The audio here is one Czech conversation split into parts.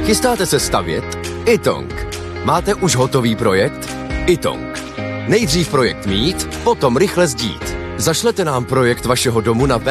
Chystáte se stavět? iTong. Máte už hotový projekt? iTong. Nejdřív projekt mít, potom rychle sdít. Zašlete nám projekt vašeho domu na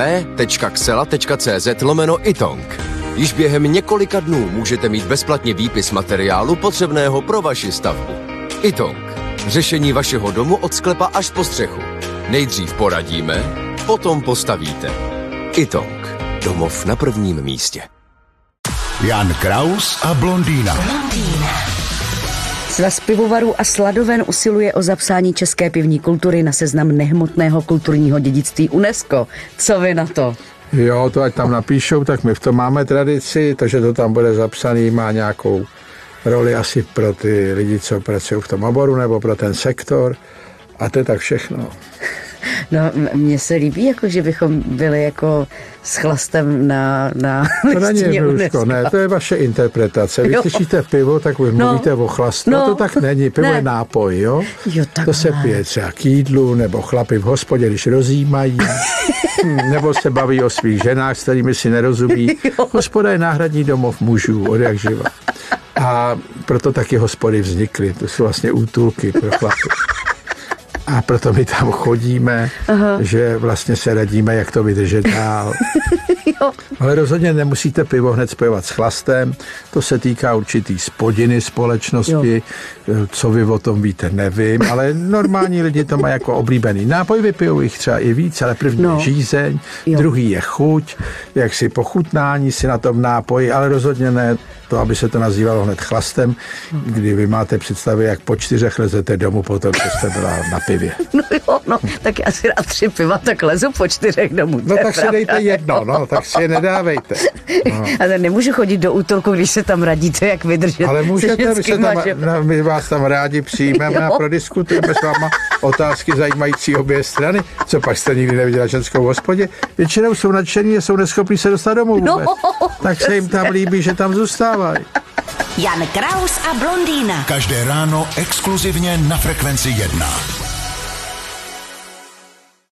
www.xela.cz/iTong. Již během několika dnů můžete mít bezplatně výpis materiálu potřebného pro vaši stavbu. iTong. Řešení vašeho domu od sklepa až po střechu. Nejdřív poradíme, potom postavíte. iTong. Domov na prvním místě. Jan Kraus a blondýna. Svaz pivovarů a sladoven usiluje o zapsání české pivní kultury na seznam nehmotného kulturního dědictví UNESCO. Co vy na to? Jo, to ať tam napíšou, tak my v tom máme tradici, to, že to tam bude zapsaný, má nějakou roli asi pro ty lidi, co pracují v tom oboru, nebo pro ten sektor. A to je tak všechno. No, mně se líbí, jako, že bychom byli jako s chlastem na to není, Miluško, ne, to je vaše interpretace. Vy slyšíte pivo, tak vy mluvíte o chlastu. No, to tak není, pivo je nápoj, jo? To se pije třeba k jídlu, nebo chlapi v hospodě, když rozjímají, nebo se baví o svých ženách, s kterými si nerozumí. Hospoda je náhradní domov mužů, od jak živa. A proto taky hospody vznikly. To jsou vlastně útulky pro chlapy. A proto my tam chodíme, že vlastně se radíme, jak to vydržet dál. Ale rozhodně nemusíte pivo hned spojovat s chlastem, to se týká určitý spodiny společnosti, co vy o tom víte, nevím, ale normální lidi to mají jako oblíbený nápoj, vypijou jich třeba i víc, ale první je žízeň, druhý je chuť, jaksi pochutnání si na tom nápoji, ale rozhodně ne to, aby se to nazývalo hned chlastem, kdy vy máte představy, jak po 4 lezete domů potom, co jste byla na pivě. No, tak já si rád 3 piva, tak lezu po 4 domů. No tak si dejte jedno, tak si je nedávejte. No. Ale nemůžu chodit do útulku, když se tam radíte, jak vydržet. Ale můžete, my vás tam rádi přijmeme a prodiskutujeme s váma otázky zajímající obě strany. Co pak jste nikdy neviděla ženskou v hospodě? Většinou jsou nadšení a jsou neschopní se dostat domů vůbec. Tak se jim tam líbí, že tam zůstávají. Jan Kraus a blondýna. Každé ráno exkluzivně na Frekvenci 1.